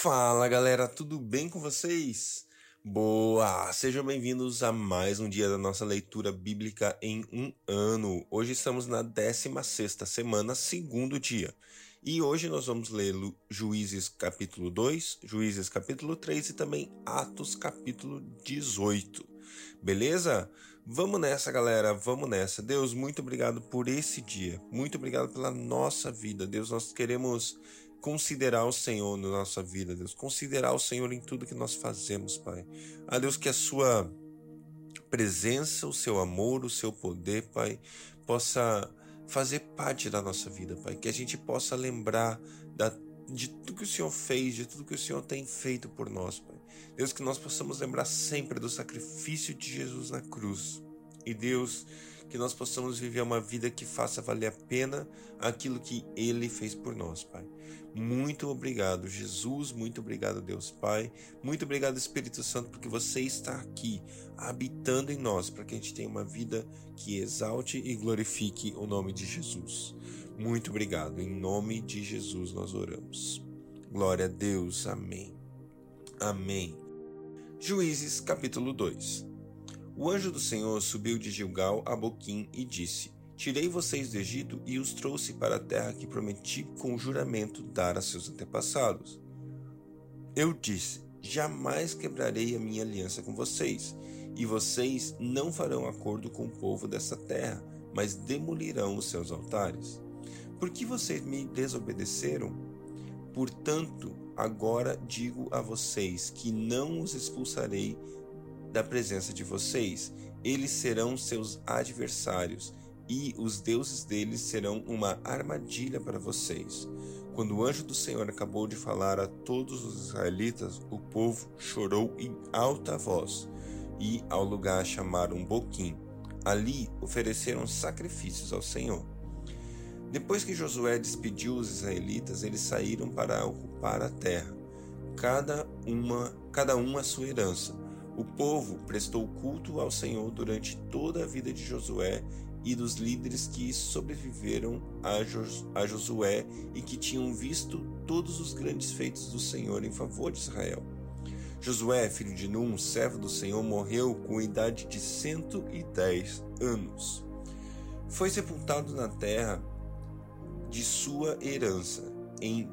Fala galera, tudo bem com vocês? Boa! Sejam bem-vindos a mais um dia da nossa leitura bíblica em um ano. Hoje estamos na 16ª semana, segundo dia. E hoje nós vamos ler Juízes capítulo 2, Juízes capítulo 3 e também Atos capítulo 18. Beleza? Vamos nessa, galera, vamos nessa. Deus, muito obrigado por esse dia. Muito obrigado pela nossa vida. Deus, nós queremos considerar o Senhor na nossa vida, Deus. Considerar o Senhor em tudo que nós fazemos, Pai. Deus, que a sua presença, o seu amor, o seu poder, Pai, possa fazer parte da nossa vida, Pai. Que a gente possa lembrar de tudo que o Senhor fez, de tudo que o Senhor tem feito por nós, Pai. Deus, que nós possamos lembrar sempre do sacrifício de Jesus na cruz. E Deus, que nós possamos viver uma vida que faça valer a pena aquilo que Ele fez por nós, Pai. Muito obrigado, Jesus, muito obrigado, Deus Pai, muito obrigado, Espírito Santo, porque você está aqui, habitando em nós, para que a gente tenha uma vida que exalte e glorifique o nome de Jesus. Muito obrigado, em nome de Jesus nós oramos. Glória a Deus, amém. Amém. Juízes capítulo 2. O anjo do Senhor subiu de Gilgal a Boquim e disse: Tirei vocês do Egito e os trouxe para a terra que prometi com juramento dar a seus antepassados. Eu disse: Jamais quebrarei a minha aliança com vocês, e vocês não farão acordo com o povo dessa terra, mas demolirão os seus altares. Por que vocês me desobedeceram? Portanto, agora digo a vocês que não os expulsarei da presença de vocês. Eles serão seus adversários, e os deuses deles serão uma armadilha para vocês. Quando o anjo do Senhor acabou de falar a todos os israelitas, o povo chorou em alta voz, e ao lugar chamaram Boquim. Ali ofereceram sacrifícios ao Senhor. Depois que Josué despediu os israelitas, eles saíram para ocupar a terra, cada um a sua herança. O povo prestou culto ao Senhor durante toda a vida de Josué e dos líderes que sobreviveram a Josué e que tinham visto todos os grandes feitos do Senhor em favor de Israel. Josué, filho de Num, servo do Senhor, morreu com a idade de 110 anos. Foi sepultado na terra de sua herança, em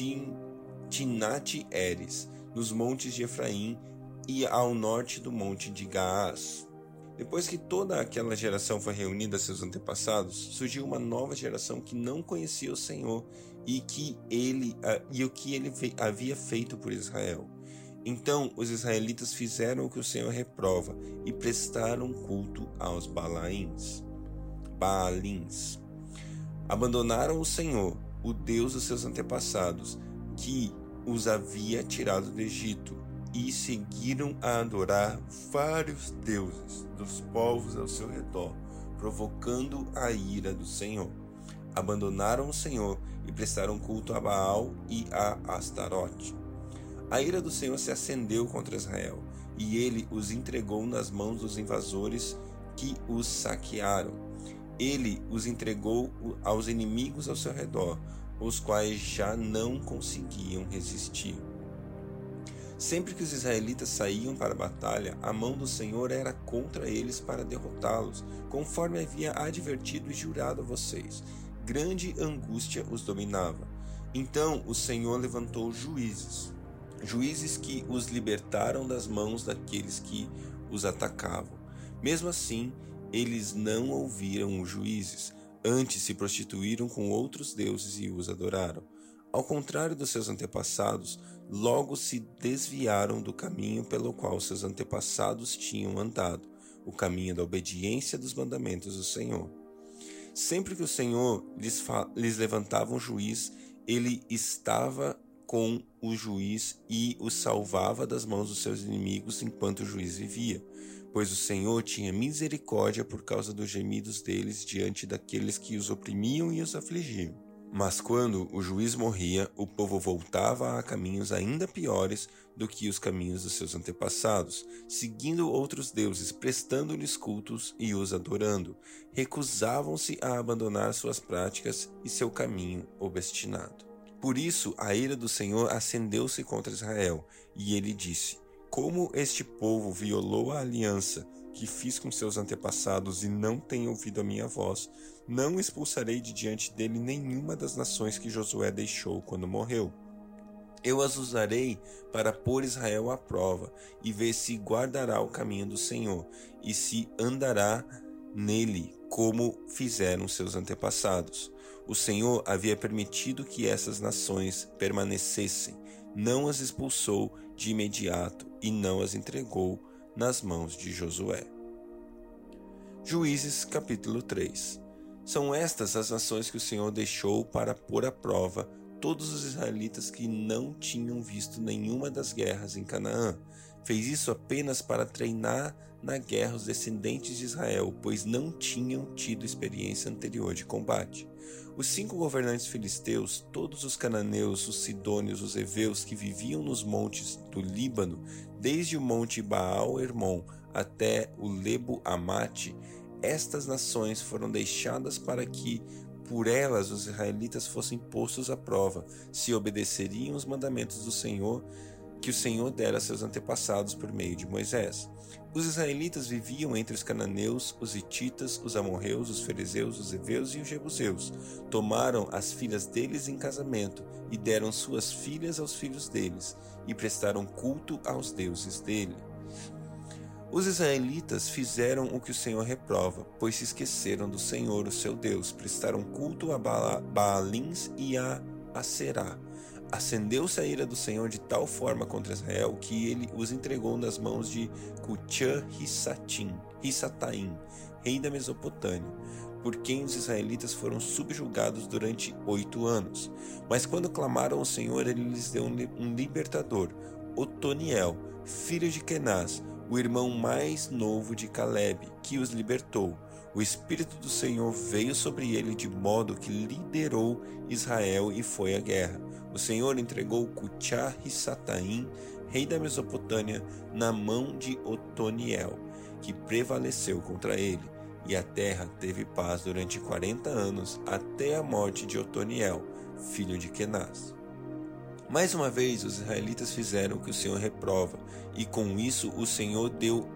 Timnat-Heres, nos montes de Efraim, e ao norte do monte de Gaás. Depois que toda aquela geração foi reunida a seus antepassados, surgiu uma nova geração que não conhecia o Senhor e o que ele havia feito por Israel. Então os israelitas fizeram o que o Senhor reprova e prestaram culto aos Baalins. Abandonaram o Senhor, o Deus dos seus antepassados, que os havia tirado do Egito, e seguiram a adorar vários deuses dos povos ao seu redor, provocando a ira do Senhor. Abandonaram o Senhor e prestaram culto a Baal e a Astarote. A ira do Senhor se acendeu contra Israel, e ele os entregou nas mãos dos invasores que os saquearam. Ele os entregou aos inimigos ao seu redor, os quais já não conseguiam resistir. Sempre que os israelitas saíam para a batalha, a mão do Senhor era contra eles para derrotá-los, conforme havia advertido e jurado a vocês. Grande angústia os dominava. Então o Senhor levantou juízes que os libertaram das mãos daqueles que os atacavam. Mesmo assim, eles não ouviram os juízes, antes se prostituíram com outros deuses e os adoraram. Ao contrário dos seus antepassados, logo se desviaram do caminho pelo qual seus antepassados tinham andado, o caminho da obediência dos mandamentos do Senhor. Sempre que o Senhor lhes levantava um juiz, ele estava com o juiz e o salvava das mãos dos seus inimigos enquanto o juiz vivia, pois o Senhor tinha misericórdia por causa dos gemidos deles diante daqueles que os oprimiam e os afligiam. Mas quando o juiz morria, o povo voltava a caminhos ainda piores do que os caminhos dos seus antepassados, seguindo outros deuses, prestando-lhes cultos e os adorando. Recusavam-se a abandonar suas práticas e seu caminho obstinado. Por isso a ira do Senhor acendeu-se contra Israel, e ele disse: como este povo violou a aliança que fiz com seus antepassados e não tem ouvido a minha voz, não expulsarei de diante dele nenhuma das nações que Josué deixou quando morreu. Eu as usarei para pôr Israel à prova e ver se guardará o caminho do Senhor e se andará nele como fizeram seus antepassados. O Senhor havia permitido que essas nações permanecessem, não as expulsou de imediato e não as entregou nas mãos de Josué. Juízes capítulo 3. São estas as nações que o Senhor deixou para pôr à prova todos os israelitas que não tinham visto nenhuma das guerras em Canaã. Fez isso apenas para treinar na guerra os descendentes de Israel, pois não tinham tido experiência anterior de combate. Os 5 governantes filisteus, todos os cananeus, os sidônios, os heveus que viviam nos montes do Líbano, desde o monte Baal-Hermon até o Lebo Amate, estas nações foram deixadas para que por elas os israelitas fossem postos à prova, se obedeceriam os mandamentos do Senhor, que o Senhor dera a seus antepassados por meio de Moisés. Os israelitas viviam entre os cananeus, os hititas, os amorreus, os ferezeus, os heveus e os jebuseus. Tomaram as filhas deles em casamento e deram suas filhas aos filhos deles, e prestaram culto aos deuses dele. Os israelitas fizeram o que o Senhor reprova, pois se esqueceram do Senhor, o seu Deus, prestaram culto a Baalins e a Aserá. Acendeu-se a ira do Senhor de tal forma contra Israel que ele os entregou nas mãos de Cutã-Rissataim, rei da Mesopotâmia, por quem os israelitas foram subjugados durante 8 anos. Mas quando clamaram ao Senhor, ele lhes deu um libertador, Otoniel, filho de Kenaz, o irmão mais novo de Caleb, que os libertou. O Espírito do Senhor veio sobre ele de modo que liderou Israel e foi à guerra. O Senhor entregou Cutã-Rissataim, rei da Mesopotâmia, na mão de Otoniel, que prevaleceu contra ele, e a terra teve paz durante 40 anos, até a morte de Otoniel, filho de Kenaz. Mais uma vez os israelitas fizeram o que o Senhor reprova, e com isso o Senhor deu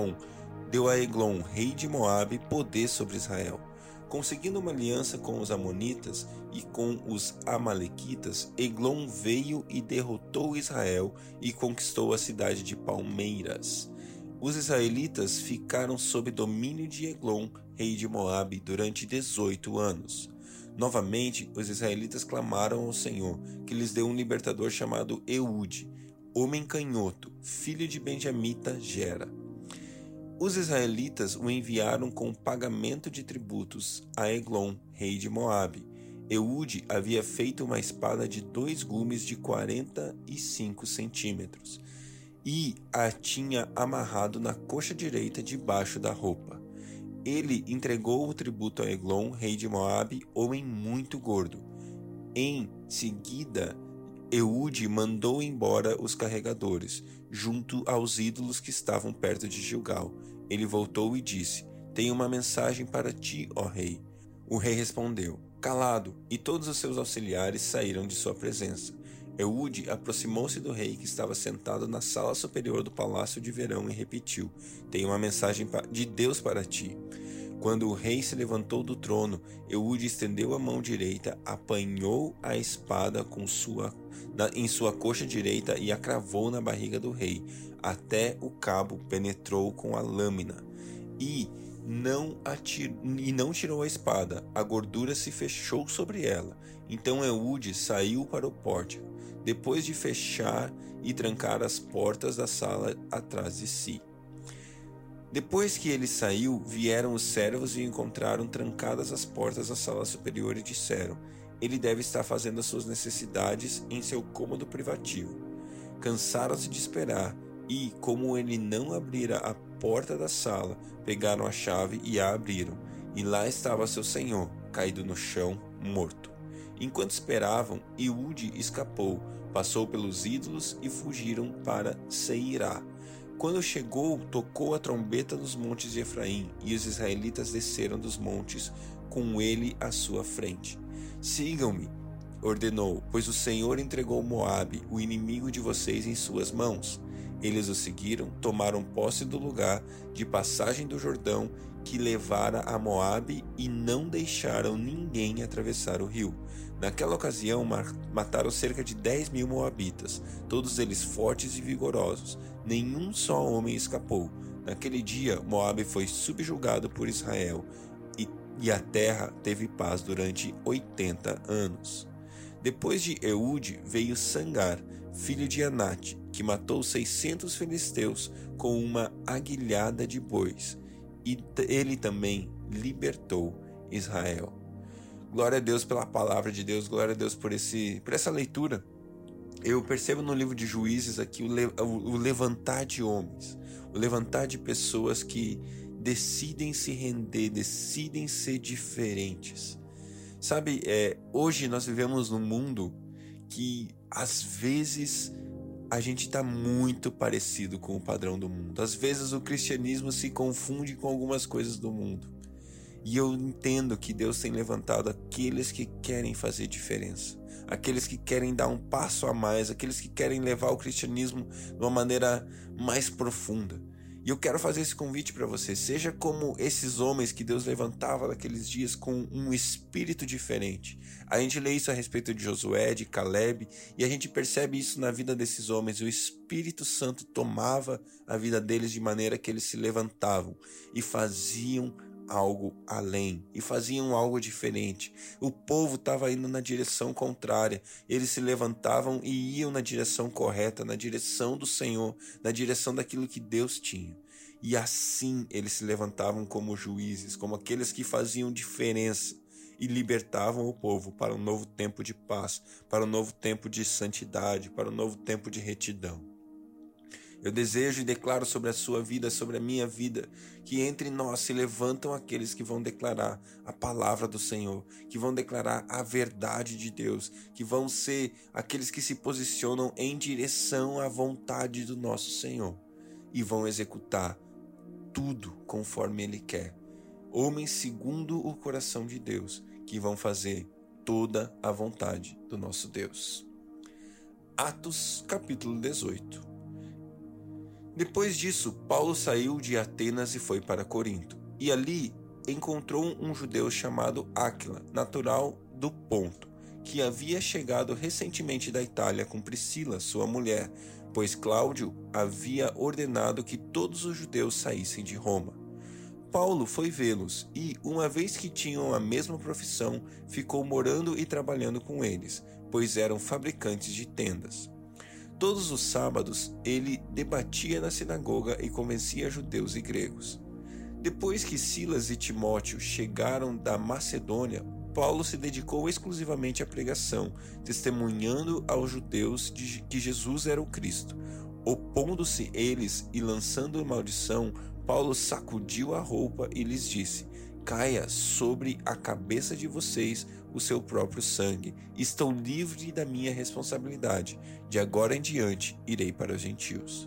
a Eglon, rei de Moabe, poder sobre Israel. Conseguindo uma aliança com os amonitas e com os amalequitas, Eglon veio e derrotou Israel e conquistou a cidade de Palmeiras. Os israelitas ficaram sob domínio de Eglon, rei de Moabe, durante 18 anos. Novamente, os israelitas clamaram ao Senhor, que lhes deu um libertador chamado Eude, homem canhoto, filho de Benjamita Gera. Os israelitas o enviaram com pagamento de tributos a Eglon, rei de Moabe. Eude havia feito uma espada de 2 gumes de 45 centímetros e a tinha amarrado na coxa direita debaixo da roupa. Ele entregou o tributo a Eglon, rei de Moabe, homem muito gordo. Em seguida, Eude mandou embora os carregadores, junto aos ídolos que estavam perto de Gilgal. Ele voltou e disse: tenho uma mensagem para ti, ó rei. O rei respondeu: calado, e todos os seus auxiliares saíram de sua presença. Eude aproximou-se do rei, que estava sentado na sala superior do palácio de verão, e repetiu: tenho uma mensagem de Deus para ti. Quando o rei se levantou do trono, Eude estendeu a mão direita, apanhou a espada em sua coxa direita e a cravou na barriga do rei, até o cabo penetrou com a lâmina. E não tirou a espada, a gordura se fechou sobre ela. Então Eude saiu para o pórtico, depois de fechar e trancar as portas da sala atrás de si. Depois que ele saiu, vieram os servos e encontraram trancadas as portas da sala superior e disseram: ele deve estar fazendo as suas necessidades em seu cômodo privativo. Cansaram-se de esperar e, como ele não abrira a porta da sala, pegaram a chave e a abriram. E lá estava seu senhor, caído no chão, morto. Enquanto esperavam, Eude escapou, passou pelos ídolos e fugiram para Seirá. Quando chegou, tocou a trombeta nos montes de Efraim, e os israelitas desceram dos montes com ele à sua frente. Sigam-me, ordenou: pois o Senhor entregou Moabe, o inimigo de vocês, em suas mãos. Eles o seguiram, tomaram posse do lugar de passagem do Jordão que levara a Moabe e não deixaram ninguém atravessar o rio. Naquela ocasião mataram cerca de 10.000 moabitas, todos eles fortes e vigorosos. Nenhum só homem escapou. Naquele dia, Moabe foi subjugado por Israel e a terra teve paz durante 80 anos. Depois de Eude veio Sangar, filho de Anate, que matou 600 filisteus com uma aguilhada de bois, e ele também libertou Israel. Glória a Deus pela palavra de Deus, glória a Deus por essa leitura. Eu percebo no livro de Juízes aqui o levantar de homens, o levantar de pessoas que decidem se render, decidem ser diferentes. Sabe, hoje nós vivemos num mundo que às vezes a gente está muito parecido com o padrão do mundo. Às vezes o cristianismo se confunde com algumas coisas do mundo. E eu entendo que Deus tem levantado aqueles que querem fazer diferença, aqueles que querem dar um passo a mais, aqueles que querem levar o cristianismo de uma maneira mais profunda. E eu quero fazer esse convite para você: seja como esses homens que Deus levantava naqueles dias, com um espírito diferente. A gente lê isso a respeito de Josué, de Caleb, e a gente percebe isso na vida desses homens. O Espírito Santo tomava a vida deles de maneira que eles se levantavam e faziam algo além, e faziam algo diferente. O povo estava indo na direção contrária, eles se levantavam e iam na direção correta, na direção do Senhor, na direção daquilo que Deus tinha. E assim eles se levantavam como juízes, como aqueles que faziam diferença e libertavam o povo para um novo tempo de paz, para um novo tempo de santidade, para um novo tempo de retidão. Eu desejo e declaro sobre a sua vida, sobre a minha vida, que entre nós se levantam aqueles que vão declarar a palavra do Senhor, que vão declarar a verdade de Deus, que vão ser aqueles que se posicionam em direção à vontade do nosso Senhor e vão executar tudo conforme Ele quer. Homens segundo o coração de Deus, que vão fazer toda a vontade do nosso Deus. Atos capítulo 18. Depois disso, Paulo saiu de Atenas e foi para Corinto, e ali encontrou um judeu chamado Áquila, natural do Ponto, que havia chegado recentemente da Itália com Priscila, sua mulher, pois Cláudio havia ordenado que todos os judeus saíssem de Roma. Paulo foi vê-los e, uma vez que tinham a mesma profissão, ficou morando e trabalhando com eles, pois eram fabricantes de tendas. Todos os sábados ele debatia na sinagoga e convencia judeus e gregos. Depois que Silas e Timóteo chegaram da Macedônia, Paulo se dedicou exclusivamente à pregação, testemunhando aos judeus que Jesus era o Cristo. Opondo-se eles e lançando maldição, Paulo sacudiu a roupa e lhes disse: caia sobre a cabeça de vocês o seu próprio sangue. Estou livre da minha responsabilidade. De agora em diante, irei para os gentios.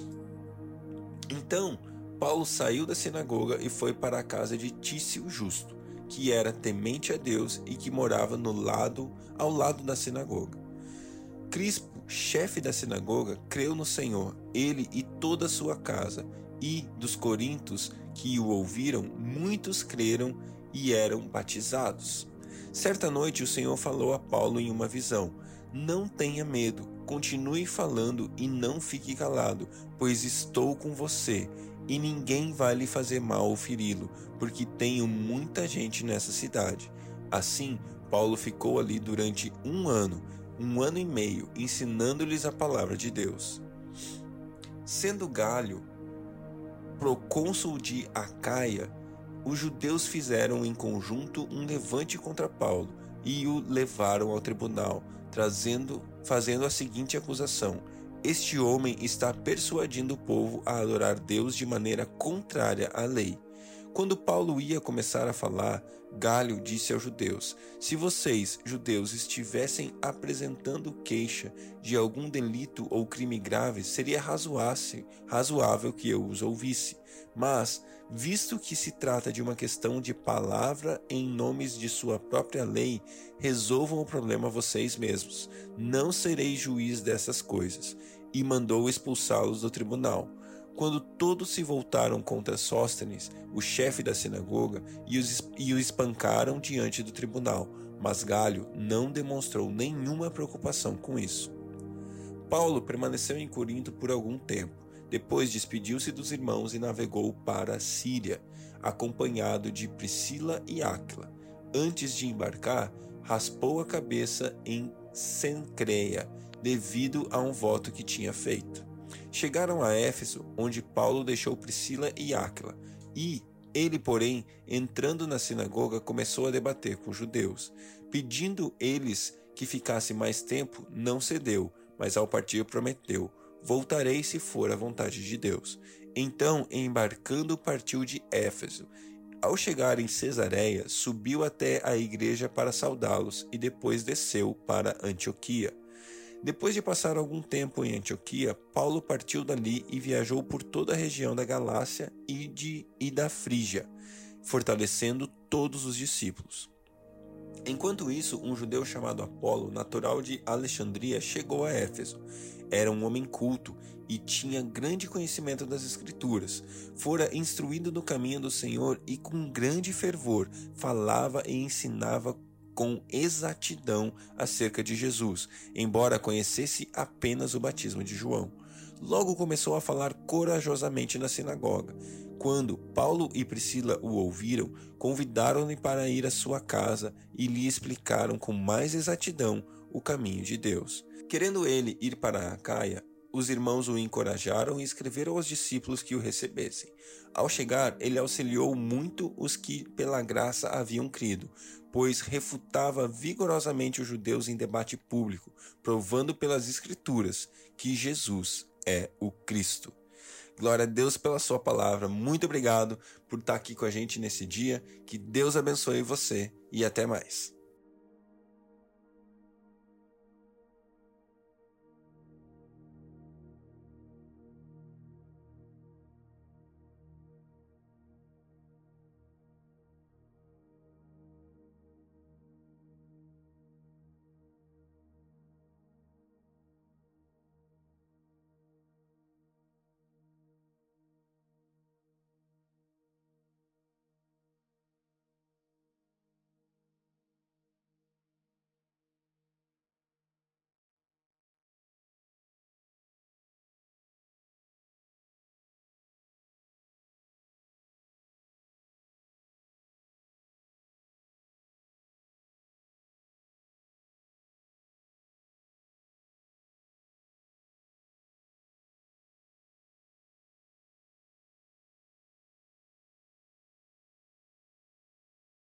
Então, Paulo saiu da sinagoga e foi para a casa de Tício Justo, que era temente a Deus e que morava ao lado da sinagoga. Crispo, chefe da sinagoga, creu no Senhor, ele e toda a sua casa, e dos corintos que o ouviram, muitos creram e eram batizados. Certa noite o Senhor falou a Paulo em uma visão: não tenha medo, continue falando e não fique calado, pois estou com você, e ninguém vai lhe fazer mal ou feri-lo, porque tenho muita gente nessa cidade. Assim, Paulo ficou ali durante 1 ano e meio, ensinando-lhes a palavra de Deus. Sendo Galho procônsul de Acaia, os judeus fizeram em conjunto um levante contra Paulo e o levaram ao tribunal, fazendo a seguinte acusação: este homem está persuadindo o povo a adorar Deus de maneira contrária à lei. Quando Paulo ia começar a falar, Galho disse aos judeus: se vocês, judeus, estivessem apresentando queixa de algum delito ou crime grave, seria razoável que eu os ouvisse. Mas, visto que se trata de uma questão de palavra em nomes de sua própria lei, resolvam o problema vocês mesmos. Não serei juiz dessas coisas. E mandou expulsá-los do tribunal. Quando todos se voltaram contra Sóstenes, o chefe da sinagoga, e o espancaram diante do tribunal, mas Galho não demonstrou nenhuma preocupação com isso. Paulo permaneceu em Corinto por algum tempo. Depois despediu-se dos irmãos e navegou para a Síria, acompanhado de Priscila e Áquila. Antes de embarcar, raspou a cabeça em Cencreia, devido a um voto que tinha feito. Chegaram a Éfeso, onde Paulo deixou Priscila e Áquila, e ele, porém, entrando na sinagoga, começou a debater com os judeus. Pedindo eles que ficasse mais tempo, não cedeu, mas ao partir prometeu: voltarei se for a vontade de Deus. Então, embarcando, partiu de Éfeso. Ao chegar em Cesareia, subiu até a igreja para saudá-los e depois desceu para Antioquia. Depois de passar algum tempo em Antioquia, Paulo partiu dali e viajou por toda a região da Galácia e da Frígia, fortalecendo todos os discípulos. Enquanto isso, um judeu chamado Apolo, natural de Alexandria, chegou a Éfeso. Era um homem culto e tinha grande conhecimento das Escrituras. Fora instruído no caminho do Senhor e com grande fervor falava e ensinava com exatidão acerca de Jesus, embora conhecesse apenas o batismo de João. Logo começou a falar corajosamente na sinagoga. Quando Paulo e Priscila o ouviram, convidaram-no para ir à sua casa e lhe explicaram com mais exatidão o caminho de Deus. Querendo ele ir para Acaia, os irmãos o encorajaram e escreveram aos discípulos que o recebessem. Ao chegar, ele auxiliou muito os que pela graça haviam crido, pois refutava vigorosamente os judeus em debate público, provando pelas Escrituras que Jesus é o Cristo. Glória a Deus pela sua palavra. Muito obrigado por estar aqui com a gente nesse dia. Que Deus abençoe você e até mais.